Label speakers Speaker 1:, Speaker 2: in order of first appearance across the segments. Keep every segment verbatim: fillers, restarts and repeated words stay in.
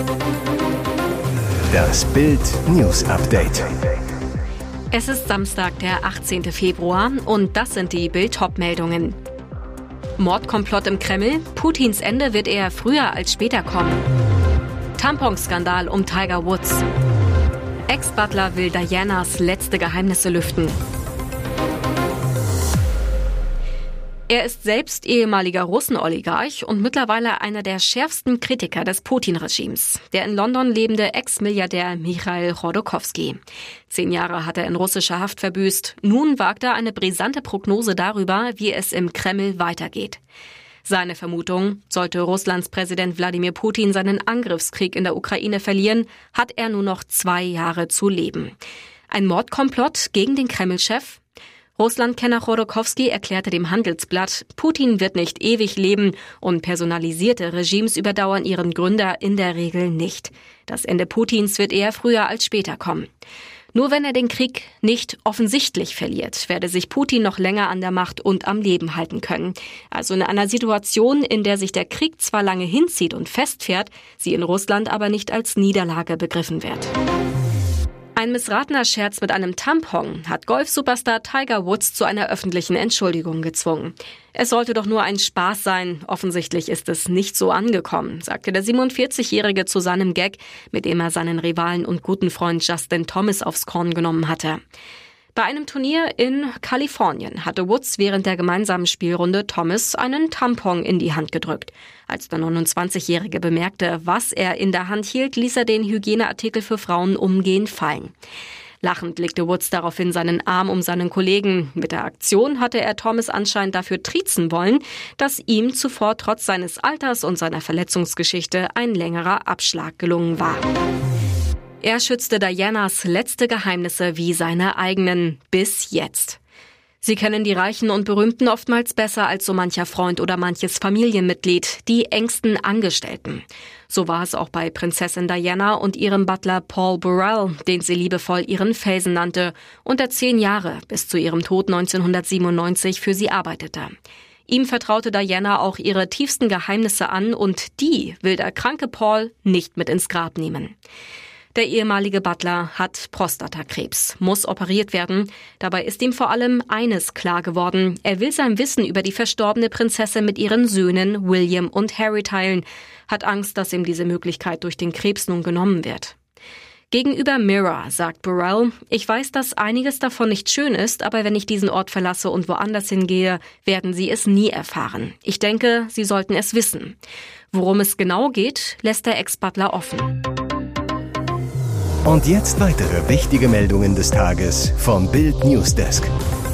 Speaker 1: Das Bild News Update.
Speaker 2: Es ist Samstag, der achtzehnten Februar, und das sind die Bild-Top-Meldungen. Mordkomplott im Kreml. Putins Ende wird eher früher als später kommen. Tamponskandal um Tiger Woods. Ex-Butler will Dianas letzte Geheimnisse lüften. Er ist selbst ehemaliger Russen-Oligarch und mittlerweile einer der schärfsten Kritiker des Putin-Regimes. Der in London lebende Ex-Milliardär Michail Chodorkowski. Zehn Jahre hat er in russischer Haft verbüßt. Nun wagt er eine brisante Prognose darüber, wie es im Kreml weitergeht. Seine Vermutung: Sollte Russlands Präsident Wladimir Putin seinen Angriffskrieg in der Ukraine verlieren, hat er nur noch zwei Jahre zu leben. Ein Mordkomplott gegen den Kreml-Chef? Russland-Kenner Chodorkowski erklärte dem Handelsblatt, Putin wird nicht ewig leben und personalisierte Regimes überdauern ihren Gründer in der Regel nicht. Das Ende Putins wird eher früher als später kommen. Nur wenn er den Krieg nicht offensichtlich verliert, werde sich Putin noch länger an der Macht und am Leben halten können. Also in einer Situation, in der sich der Krieg zwar lange hinzieht und festfährt, sie in Russland aber nicht als Niederlage begriffen wird. Ein missratener Scherz mit einem Tampon hat Golf-Superstar Tiger Woods zu einer öffentlichen Entschuldigung gezwungen. Es sollte doch nur ein Spaß sein. Offensichtlich ist es nicht so angekommen, sagte der siebenundvierzigjährige zu seinem Gag, mit dem er seinen Rivalen und guten Freund Justin Thomas aufs Korn genommen hatte. Bei einem Turnier in Kalifornien hatte Woods während der gemeinsamen Spielrunde Thomas einen Tampon in die Hand gedrückt. Als der neunundzwanzigjährige bemerkte, was er in der Hand hielt, ließ er den Hygieneartikel für Frauen umgehend fallen. Lachend legte Woods daraufhin seinen Arm um seinen Kollegen. Mit der Aktion hatte er Thomas anscheinend dafür triezen wollen, dass ihm zuvor trotz seines Alters und seiner Verletzungsgeschichte ein längerer Abschlag gelungen war. Er schützte Dianas letzte Geheimnisse wie seine eigenen, bis jetzt. Sie kennen die Reichen und Berühmten oftmals besser als so mancher Freund oder manches Familienmitglied, die engsten Angestellten. So war es auch bei Prinzessin Diana und ihrem Butler Paul Burrell, den sie liebevoll ihren Felsen nannte und der zehn Jahre bis zu ihrem Tod neunzehnhundertsiebenundneunzig für sie arbeitete. Ihm vertraute Diana auch ihre tiefsten Geheimnisse an und die will der kranke Paul nicht mit ins Grab nehmen. Der ehemalige Butler hat Prostatakrebs, muss operiert werden. Dabei ist ihm vor allem eines klar geworden: Er will sein Wissen über die verstorbene Prinzessin mit ihren Söhnen William und Harry teilen, hat Angst, dass ihm diese Möglichkeit durch den Krebs nun genommen wird. Gegenüber Mirror sagt Burrell: Ich weiß, dass einiges davon nicht schön ist, aber wenn ich diesen Ort verlasse und woanders hingehe, werden Sie es nie erfahren. Ich denke, Sie sollten es wissen. Worum es genau geht, lässt der Ex-Butler offen.
Speaker 1: Und jetzt weitere wichtige Meldungen des Tages vom Bild Newsdesk.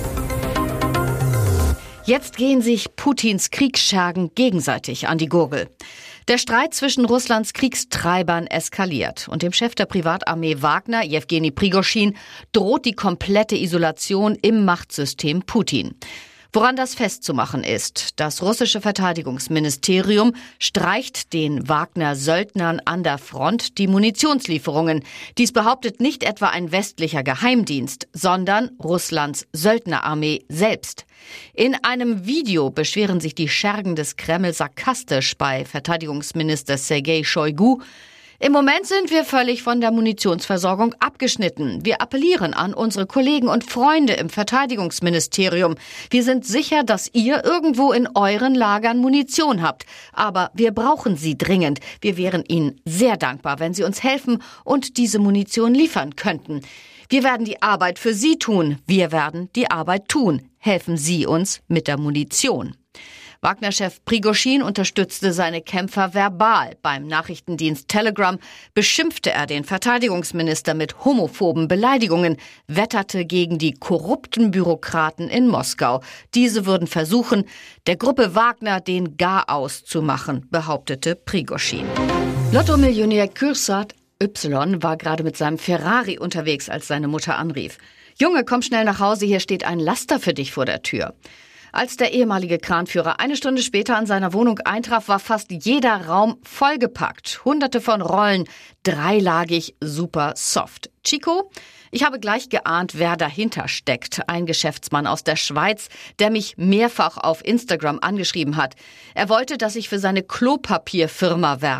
Speaker 3: Jetzt gehen sich Putins Kriegsschergen gegenseitig an die Gurgel. Der Streit zwischen Russlands Kriegstreibern eskaliert und dem Chef der Privatarmee Wagner, Jewgeni Prigoschin, droht die komplette Isolation im Machtsystem Putin. Woran das festzumachen ist: Das russische Verteidigungsministerium streicht den Wagner-Söldnern an der Front die Munitionslieferungen. Dies behauptet nicht etwa ein westlicher Geheimdienst, sondern Russlands Söldnerarmee selbst. In einem Video beschweren sich die Schergen des Kreml sarkastisch bei Verteidigungsminister Sergei Shoigu: Im Moment sind wir völlig von der Munitionsversorgung abgeschnitten. Wir appellieren an unsere Kollegen und Freunde im Verteidigungsministerium. Wir sind sicher, dass ihr irgendwo in euren Lagern Munition habt. Aber wir brauchen sie dringend. Wir wären Ihnen sehr dankbar, wenn Sie uns helfen und diese Munition liefern könnten. Wir werden die Arbeit für Sie tun. Wir werden die Arbeit tun. Helfen Sie uns mit der Munition. Wagner-Chef Prigoschin unterstützte seine Kämpfer verbal. Beim Nachrichtendienst Telegram beschimpfte er den Verteidigungsminister mit homophoben Beleidigungen, wetterte gegen die korrupten Bürokraten in Moskau. Diese würden versuchen, der Gruppe Wagner den Garaus zu machen, behauptete Prigoschin. Lotto-Millionär Kürsat Y war gerade mit seinem Ferrari unterwegs, als seine Mutter anrief. »Junge, komm schnell nach Hause, hier steht ein Laster für dich vor der Tür.« Als der ehemalige Kranführer eine Stunde später an seiner Wohnung eintraf, war fast jeder Raum vollgepackt. Hunderte von Rollen, dreilagig, super soft. Chico? Ich habe gleich geahnt, wer dahinter steckt. Ein Geschäftsmann aus der Schweiz, der mich mehrfach auf Instagram angeschrieben hat. Er wollte, dass ich für seine Klopapierfirma werbe.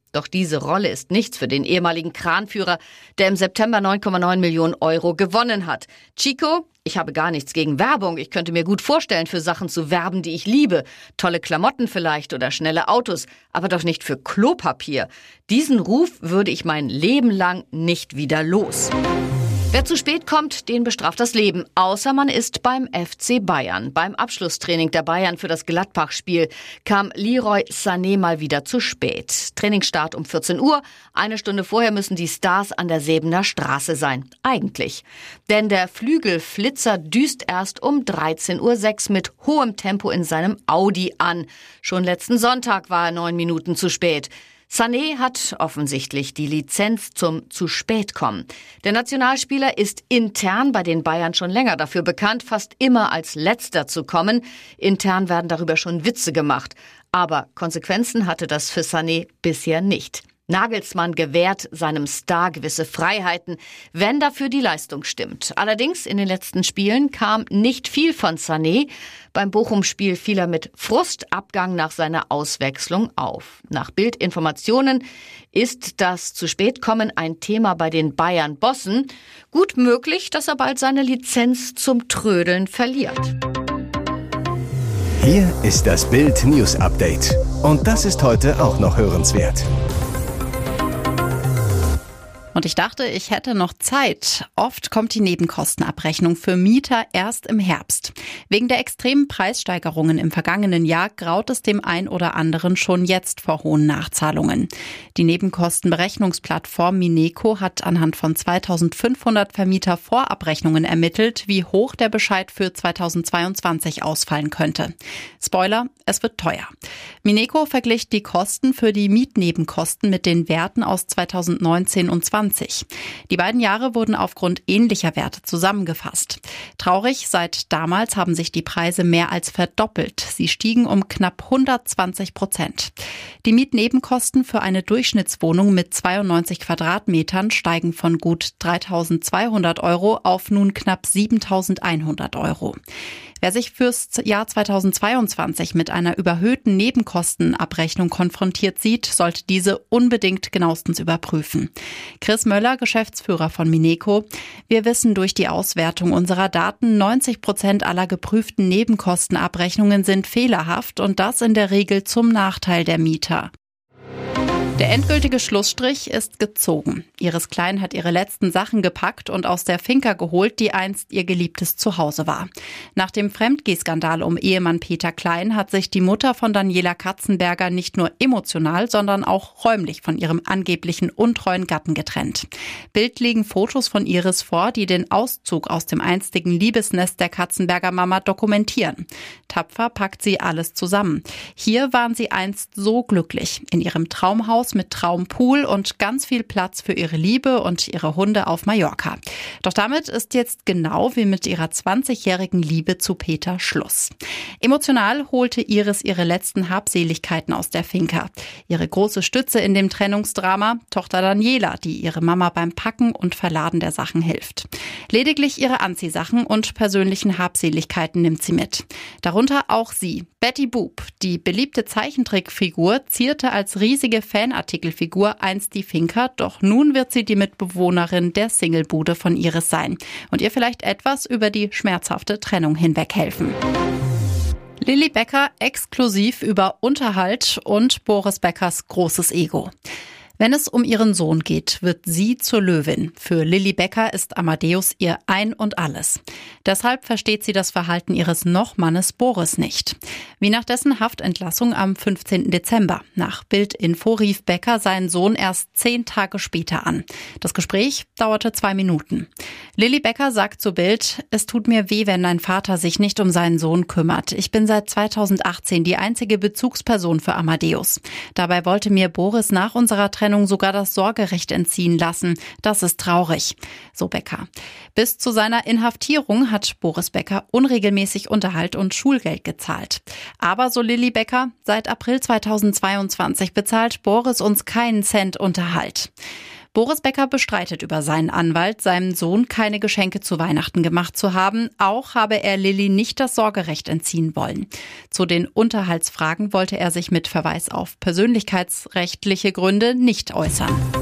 Speaker 3: Doch diese Rolle ist nichts für den ehemaligen Kranführer, der im September neun Komma neun Millionen Euro gewonnen hat. Chico, ich habe gar nichts gegen Werbung. Ich könnte mir gut vorstellen, für Sachen zu werben, die ich liebe. Tolle Klamotten vielleicht oder schnelle Autos, aber doch nicht für Klopapier. Diesen Ruf würde ich mein Leben lang nicht wieder los. Wer zu spät kommt, den bestraft das Leben. Außer man ist beim F C Bayern. Beim Abschlusstraining der Bayern für das Gladbach-Spiel kam Leroy Sané mal wieder zu spät. Trainingsstart um vierzehn Uhr. Eine Stunde vorher müssen die Stars an der Säbener Straße sein. Eigentlich. Denn der Flügelflitzer düst erst um dreizehn Uhr sechs mit hohem Tempo in seinem Audi an. Schon letzten Sonntag war er neun Minuten zu spät. Sané hat offensichtlich die Lizenz zum zu spät kommen. Der Nationalspieler ist intern bei den Bayern schon länger dafür bekannt, fast immer als Letzter zu kommen. Intern werden darüber schon Witze gemacht. Aber Konsequenzen hatte das für Sané bisher nicht. Nagelsmann gewährt seinem Star gewisse Freiheiten, wenn dafür die Leistung stimmt. Allerdings in den letzten Spielen kam nicht viel von Sané. Beim Bochum-Spiel fiel er mit Frustabgang nach seiner Auswechslung auf. Nach Bild-Informationen ist das Zu-Spät-Kommen ein Thema bei den Bayern-Bossen. Gut möglich, dass er bald seine Lizenz zum Trödeln verliert.
Speaker 1: Hier ist das Bild News Update. Und das ist heute auch noch hörenswert.
Speaker 4: Und ich dachte, ich hätte noch Zeit. Oft kommt die Nebenkostenabrechnung für Mieter erst im Herbst. Wegen der extremen Preissteigerungen im vergangenen Jahr graut es dem ein oder anderen schon jetzt vor hohen Nachzahlungen. Die Nebenkostenberechnungsplattform Mineco hat anhand von zweitausendfünfhundert Vermieter-Vorabrechnungen ermittelt, wie hoch der Bescheid für zweitausendzweiundzwanzig ausfallen könnte. Spoiler, es wird teuer. Mineco verglich die Kosten für die Mietnebenkosten mit den Werten aus zweitausendneunzehn und zwanzig. Die beiden Jahre wurden aufgrund ähnlicher Werte zusammengefasst. Traurig, seit damals haben sich die Preise mehr als verdoppelt. Sie stiegen um knapp hundertzwanzig Prozent. Die Mietnebenkosten für eine Durchschnittswohnung mit zweiundneunzig Quadratmetern steigen von gut dreitausendzweihundert Euro auf nun knapp siebentausendeinhundert Euro. Wer sich fürs Jahr zweitausendzweiundzwanzig mit einer überhöhten Nebenkostenabrechnung konfrontiert sieht, sollte diese unbedingt genauestens überprüfen. Chris Möller, Geschäftsführer von Mineco: Wir wissen durch die Auswertung unserer Daten, neunzig Prozent aller geprüften Nebenkostenabrechnungen sind fehlerhaft und das in der Regel zum Nachteil der Mieter. Der endgültige Schlussstrich ist gezogen. Iris Klein hat ihre letzten Sachen gepackt und aus der Finca geholt, die einst ihr geliebtes Zuhause war. Nach dem Fremdgehskandal um Ehemann Peter Klein hat sich die Mutter von Daniela Katzenberger nicht nur emotional, sondern auch räumlich von ihrem angeblichen untreuen Gatten getrennt. Bild legen Fotos von Iris vor, die den Auszug aus dem einstigen Liebesnest der Katzenberger Mama dokumentieren. Tapfer packt sie alles zusammen. Hier waren sie einst so glücklich, in ihrem Traumhaus mit Traumpool und ganz viel Platz für ihre Liebe und ihre Hunde auf Mallorca. Doch damit ist jetzt genau wie mit ihrer zwanzigjährigen Liebe zu Peter Schluss. Emotional holte Iris ihre letzten Habseligkeiten aus der Finca. Ihre große Stütze in dem Trennungsdrama, Tochter Daniela, die ihre Mama beim Packen und Verladen der Sachen hilft. Lediglich ihre Anziehsachen und persönlichen Habseligkeiten nimmt sie mit. Darunter auch sie, Betty Boop, die beliebte Zeichentrickfigur, zierte als riesige Fanartikelfigur einst die Finca, doch nun wird sie die Mitbewohnerin der Singlebude von Iris sein und ihr vielleicht etwas über die schmerzhafte Trennung hinweg helfen. Lilly Becker exklusiv über Unterhalt und Boris Beckers großes Ego. Wenn es um ihren Sohn geht, wird sie zur Löwin. Für Lilly Becker ist Amadeus ihr Ein und Alles. Deshalb versteht sie das Verhalten ihres Nochmannes Boris nicht. Wie nach dessen Haftentlassung am fünfzehnten Dezember. Nach Bild-Info rief Becker seinen Sohn erst zehn Tage später an. Das Gespräch dauerte zwei Minuten. Lilly Becker sagt zu Bild: Es tut mir weh, wenn dein Vater sich nicht um seinen Sohn kümmert. Ich bin seit zweitausendachtzehn die einzige Bezugsperson für Amadeus. Dabei wollte mir Boris nach unserer Trennung sogar das Sorgerecht entziehen lassen. Das ist traurig. So Becker. Bis zu seiner Inhaftierung hat Boris Becker unregelmäßig Unterhalt und Schulgeld gezahlt. Aber, so Lilly Becker, seit April zweitausendzweiundzwanzig bezahlt Boris uns keinen Cent Unterhalt. Boris Becker bestreitet über seinen Anwalt, seinem Sohn keine Geschenke zu Weihnachten gemacht zu haben. Auch habe er Lilly nicht das Sorgerecht entziehen wollen. Zu den Unterhaltsfragen wollte er sich mit Verweis auf persönlichkeitsrechtliche Gründe nicht äußern.